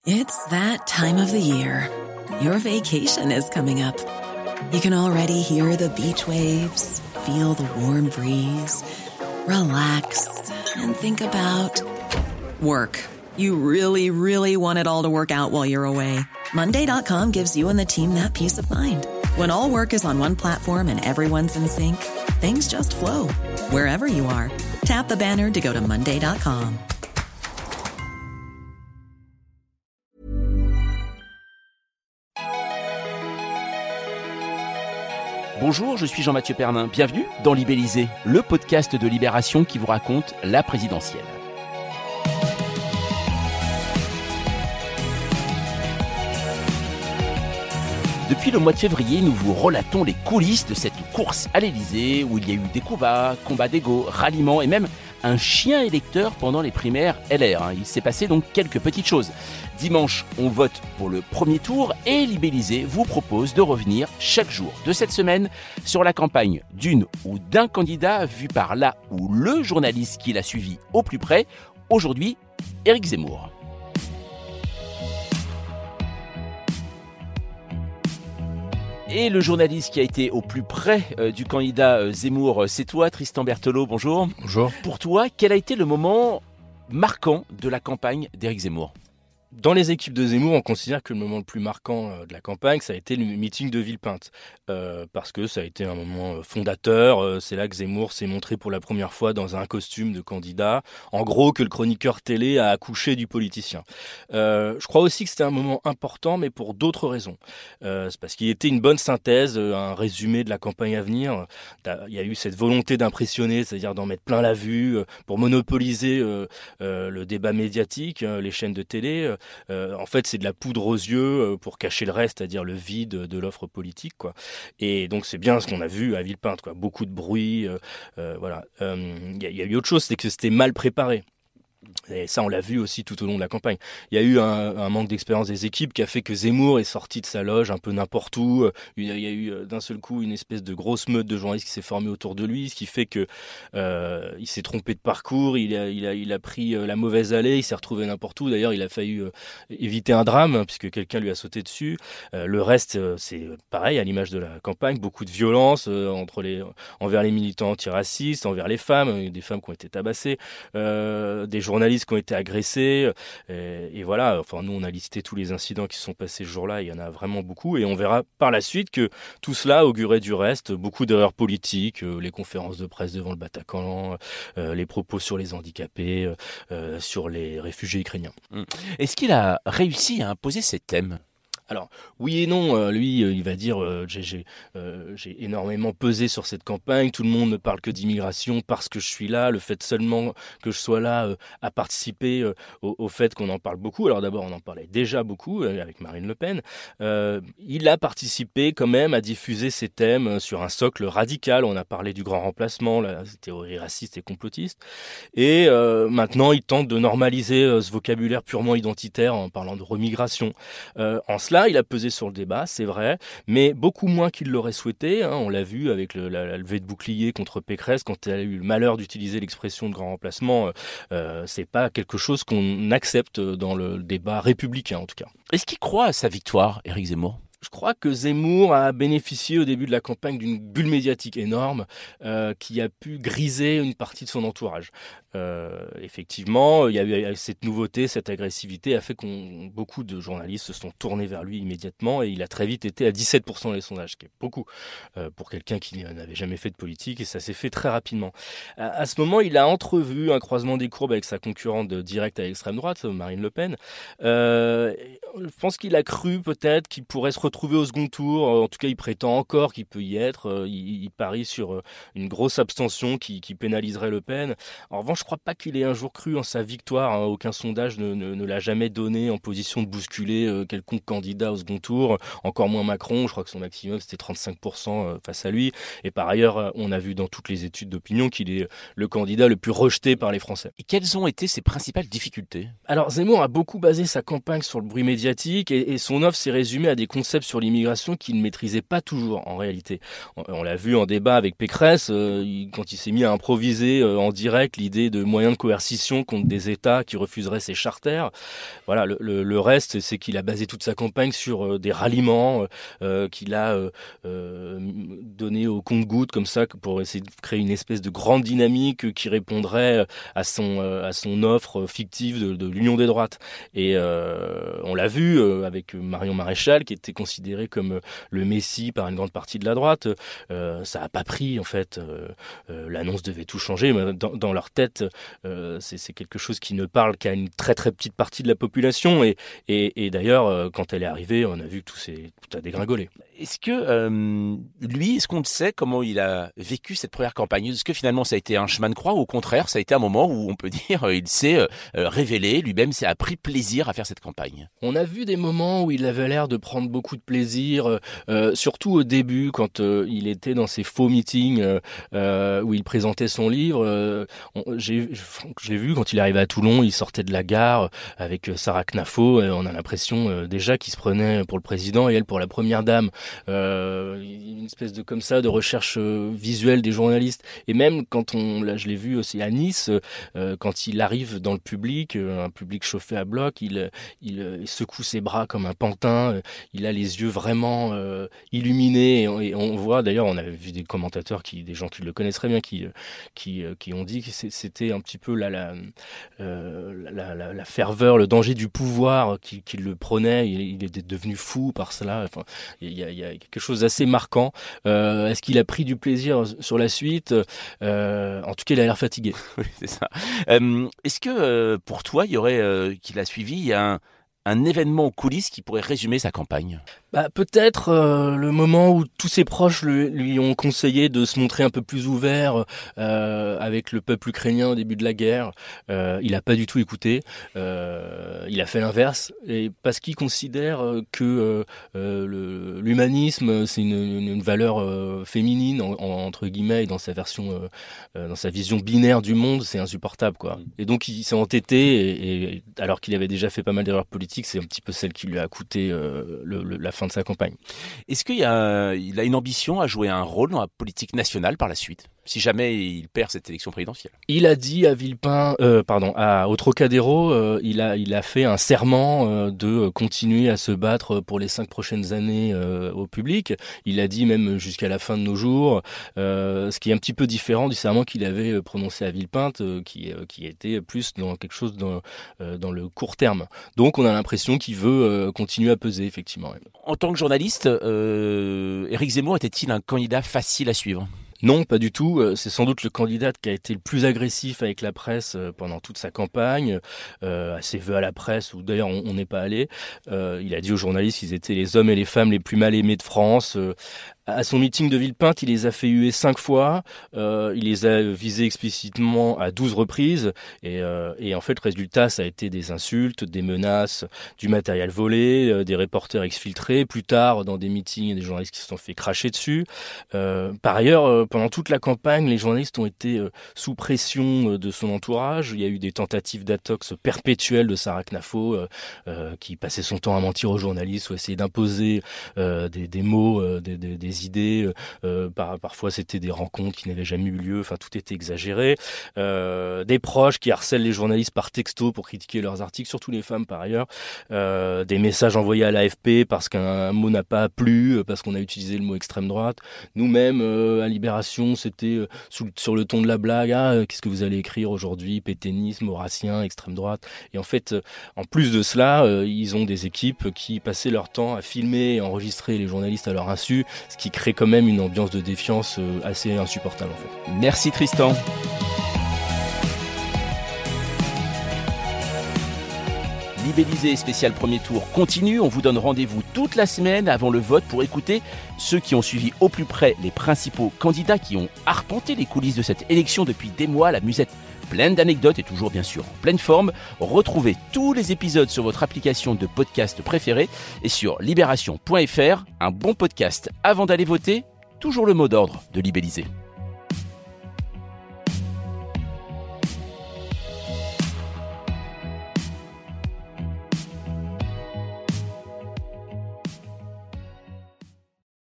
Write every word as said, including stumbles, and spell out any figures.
It's that time of the year. Your vacation is coming up. You can already hear the beach waves, feel the warm breeze, relax, and think about work. You really, really want it all to work out while you're away. Monday dot com gives you and the team that peace of mind. When all work is on one platform and everyone's in sync, things just flow. Wherever you are, tap the banner to go to Monday dot com. Bonjour, je suis Jean-Mathieu Pernin. Bienvenue dans Libellisé, le podcast de Libération qui vous raconte la présidentielle. Depuis le mois de février, nous vous relatons les coulisses de cette course à l'Élysée où il y a eu des combats, combats d'ego, ralliements et même un chien électeur pendant les primaires L R. Il s'est passé donc quelques petites choses. Dimanche, on vote pour le premier tour et Libellisé vous propose de revenir chaque jour de cette semaine sur la campagne d'une ou d'un candidat vu par là ou le journaliste qui l'a suivi au plus près. Aujourd'hui, Éric Zemmour. Et le journaliste qui a été au plus près euh, du candidat euh, Zemmour, c'est toi, Tristan Berthelot, bonjour. Bonjour. Pour toi, quel a été le moment marquant de la campagne d'Éric Zemmour ? Dans les équipes de Zemmour, on considère que le moment le plus marquant de la campagne, ça a été le meeting de Villepinte. Euh, parce que ça a été un moment fondateur. C'est là que Zemmour s'est montré pour la première fois dans un costume de candidat. En gros, que le chroniqueur télé a accouché du politicien. Euh, je crois aussi que c'était un moment important, mais pour d'autres raisons. Euh, c'est parce qu'il était une bonne synthèse, un résumé de la campagne à venir. Il y a eu cette volonté d'impressionner, c'est-à-dire d'en mettre plein la vue, pour monopoliser euh, euh, le débat médiatique, les chaînes de télé. Euh, en fait, c'est de la poudre aux yeux pour cacher le reste, c'est-à-dire le vide de l'offre politique, quoi. Et donc, c'est bien ce qu'on a vu à Villepinte, quoi. Beaucoup de bruit, euh, euh, voilà. Il euh, y, y a eu autre chose, c'est que c'était mal préparé. Et ça, on l'a vu aussi tout au long de la campagne. Il y a eu un, un manque d'expérience des équipes qui a fait que Zemmour est sorti de sa loge un peu n'importe où. Il y a eu d'un seul coup une espèce de grosse meute de journalistes qui s'est formée autour de lui, ce qui fait que euh, il s'est trompé de parcours, il a, il a, il a pris la mauvaise allée, il s'est retrouvé n'importe où. D'ailleurs, il a failli euh, éviter un drame puisque quelqu'un lui a sauté dessus. Euh, le reste, euh, c'est pareil à l'image de la campagne, beaucoup de violence euh, entre les, envers les militants antiracistes, envers les femmes, des femmes qui ont été tabassées, euh, des journalistes qui ont été agressés et, et voilà, enfin nous on a listé tous les incidents qui se sont passés ce jour-là, il y en a vraiment beaucoup et on verra par la suite que tout cela augurait du reste, beaucoup d'erreurs politiques, euh, les conférences de presse devant le Bataclan, euh, les propos sur les handicapés, euh, sur les réfugiés ukrainiens. Est-ce qu'il a réussi à imposer ses thèmes ? Alors, oui et non, euh, lui, euh, il va dire euh, j'ai, j'ai, euh, j'ai énormément pesé sur cette campagne, tout le monde ne parle que d'immigration parce que je suis là, le fait seulement que je sois là euh, a participé euh, au, au fait qu'on en parle beaucoup. Alors d'abord, on en parlait déjà beaucoup euh, avec Marine Le Pen. Euh, il a participé quand même à diffuser ces thèmes euh, sur un socle radical. On a parlé du grand remplacement, la théorie raciste et complotiste. Et euh, maintenant, il tente de normaliser euh, ce vocabulaire purement identitaire en parlant de remigration. Euh, en cela, Là, il a pesé sur le débat, c'est vrai, mais beaucoup moins qu'il l'aurait souhaité. Hein. On l'a vu avec le, la, la levée de bouclier contre Pécresse, quand elle a eu le malheur d'utiliser l'expression de grand remplacement. Euh, c'est pas quelque chose qu'on accepte dans le débat républicain, en tout cas. Est-ce qu'il croit à sa victoire, Éric Zemmour ? Je crois que Zemmour a bénéficié au début de la campagne d'une bulle médiatique énorme euh, qui a pu griser une partie de son entourage. Euh, effectivement, il y a eu cette nouveauté, cette agressivité a fait que beaucoup de journalistes se sont tournés vers lui immédiatement et il a très vite été à dix-sept pour cent des sondages, ce qui est beaucoup euh, pour quelqu'un qui n'avait jamais fait de politique et ça s'est fait très rapidement. À, à ce moment, il a entrevu un croisement des courbes avec sa concurrente directe à l'extrême droite, Marine Le Pen. Euh, je pense qu'il a cru peut-être qu'il pourrait se retrouver au second tour. En tout cas, il prétend encore qu'il peut y être. Il, il parie sur une grosse abstention qui, qui pénaliserait Le Pen. En revanche, je ne crois pas qu'il ait un jour cru en sa victoire. Hein. Aucun sondage ne, ne, ne l'a jamais donné en position de bousculer euh, quelconque candidat au second tour. Encore moins Macron. Je crois que son maximum, c'était trente-cinq pour cent face à lui. Et par ailleurs, on a vu dans toutes les études d'opinion qu'il est le candidat le plus rejeté par les Français. Et quelles ont été ses principales difficultés ? Alors, Zemmour a beaucoup basé sa campagne sur le bruit médiatique et, et son offre s'est résumée à des concepts sur l'immigration qu'il ne maîtrisait pas toujours en réalité. On, on l'a vu en débat avec Pécresse, euh, il, quand il s'est mis à improviser euh, en direct l'idée de moyens de coercition contre des États qui refuseraient ses charters. Voilà, le, le, le reste, c'est qu'il a basé toute sa campagne sur euh, des ralliements euh, qu'il a euh, euh, donné au compte-gouttes comme ça pour essayer de créer une espèce de grande dynamique qui répondrait à son euh, à son offre fictive de, de l'Union des droites. Et euh, on l'a vu euh, avec Marion Maréchal, qui était considéré comme le messie par une grande partie de la droite. Euh, ça a pas pris en fait. Euh, euh, l'annonce devait tout changer, mais dans, dans leur tête, euh, c'est, c'est quelque chose qui ne parle qu'à une très très petite partie de la population. Et, et, et d'ailleurs, euh, quand elle est arrivée, on a vu que tout, s'est, tout a dégringolé. Est-ce que euh, lui, est-ce qu'on sait comment il a vécu cette première campagne ? Est-ce que finalement ça a été un chemin de croix ou au contraire ça a été un moment où on peut dire il s'est euh, révélé, lui-même s'est a pris plaisir à faire cette campagne ? On a vu des moments où il avait l'air de prendre beaucoup de plaisir, euh, surtout au début quand euh, il était dans ses faux meetings euh, où il présentait son livre. Euh, on, j'ai, j'ai vu quand il arrivait à Toulon, il sortait de la gare avec Sarah Knafo, et on a l'impression euh, déjà qu'il se prenait pour le président et elle pour la première dame. Euh, une espèce de comme ça de recherche euh, visuelle des journalistes. Et même quand on, là je l'ai vu aussi à Nice, euh, quand il arrive dans le public, euh, un public chauffé à bloc, il, il, il secoue ses bras comme un pantin. Euh, il a les yeux vraiment euh, illuminés. Et on, et on voit d'ailleurs, on a vu des commentateurs, qui, des gens qui le connaissent très bien, qui, qui, qui ont dit que c'était un petit peu la, la, euh, la, la, la ferveur, le danger du pouvoir qui, qui le prenait. Il, il est devenu fou par cela. Enfin, il y a, il y a quelque chose d'assez marquant. Euh, est-ce qu'il a pris du plaisir sur la suite ? euh, En tout cas, il a l'air fatigué. Oui, c'est ça. Euh, est-ce que euh, pour toi, il y aurait, euh, qu'il a suivi, il y a un, un événement aux coulisses qui pourrait résumer sa campagne ? Bah, peut-être euh, le moment où tous ses proches lui, lui ont conseillé de se montrer un peu plus ouvert euh, avec le peuple ukrainien au début de la guerre. Euh, il n'a pas du tout écouté. Euh, il a fait l'inverse, et parce qu'il considère que euh, le, l'humanisme c'est une, une, une valeur euh, féminine en, en, entre guillemets, et dans sa version, euh, dans sa vision binaire du monde, c'est insupportable, quoi. Et donc il s'est entêté, et, et alors qu'il avait déjà fait pas mal d'erreurs politiques, c'est un petit peu celle qui lui a coûté euh, le, le, la fin de sa campagne. Est-ce qu'il y a, il a une ambition à jouer un rôle dans la politique nationale par la suite, si jamais il perd cette élection présidentielle ? Il a dit à Villepin, euh, pardon, à, au Trocadéro, euh, il a, il a fait un serment euh, de continuer à se battre pour les cinq prochaines années euh, au public. Il a dit même jusqu'à la fin de nos jours, euh, ce qui est un petit peu différent du serment qu'il avait prononcé à Villepinte, euh, qui, euh, qui était plus dans quelque chose dans, euh, dans le court terme. Donc on a l'impression qu'il veut euh, continuer à peser, effectivement. Ouais. En tant que journaliste, euh, Éric Zemmour était-il un candidat facile à suivre ? Non, pas du tout. C'est sans doute le candidat qui a été le plus agressif avec la presse pendant toute sa campagne, euh, à ses vœux à la presse, où d'ailleurs on n'est pas allé. Euh, il a dit aux journalistes qu'ils étaient les hommes et les femmes les plus mal aimés de France. Euh, À son meeting de Villepinte, il les a fait huer cinq fois, euh, il les a visés explicitement à douze reprises, et, euh, et en fait, le résultat, ça a été des insultes, des menaces, du matériel volé, euh, des reporters exfiltrés, plus tard, dans des meetings, des journalistes qui se sont fait cracher dessus. Euh, par ailleurs, euh, pendant toute la campagne, les journalistes ont été euh, sous pression euh, de son entourage. Il y a eu des tentatives d'intox perpétuelles de Sarah Knafo, euh, euh, qui passait son temps à mentir aux journalistes ou essayer d'imposer euh, des, des mots, euh, des, des, des idées, euh, par, parfois c'était des rencontres qui n'avaient jamais eu lieu, enfin tout était exagéré, euh, des proches qui harcèlent les journalistes par texto pour critiquer leurs articles, surtout les femmes par ailleurs, euh, des messages envoyés à l'A F P parce qu'un mot n'a pas plu, parce qu'on a utilisé le mot extrême droite. Nous-mêmes euh, à Libération, c'était euh, sous, sur le ton de la blague, ah, qu'est-ce que vous allez écrire aujourd'hui, pétainisme, maurassien, extrême droite. Et en fait, euh, en plus de cela, euh, ils ont des équipes qui passaient leur temps à filmer et enregistrer les journalistes à leur insu, ce qui crée quand même une ambiance de défiance assez insupportable en fait. Merci Tristan. Libellisé spécial premier tour continue. On vous donne rendez-vous toute la semaine avant le vote pour écouter ceux qui ont suivi au plus près les principaux candidats qui ont arpenté les coulisses de cette élection depuis des mois. La musette pleine d'anecdotes et toujours bien sûr en pleine forme. Retrouvez tous les épisodes sur votre application de podcast préférée et sur libération point f r. Un bon podcast avant d'aller voter, toujours le mot d'ordre de Libellisé.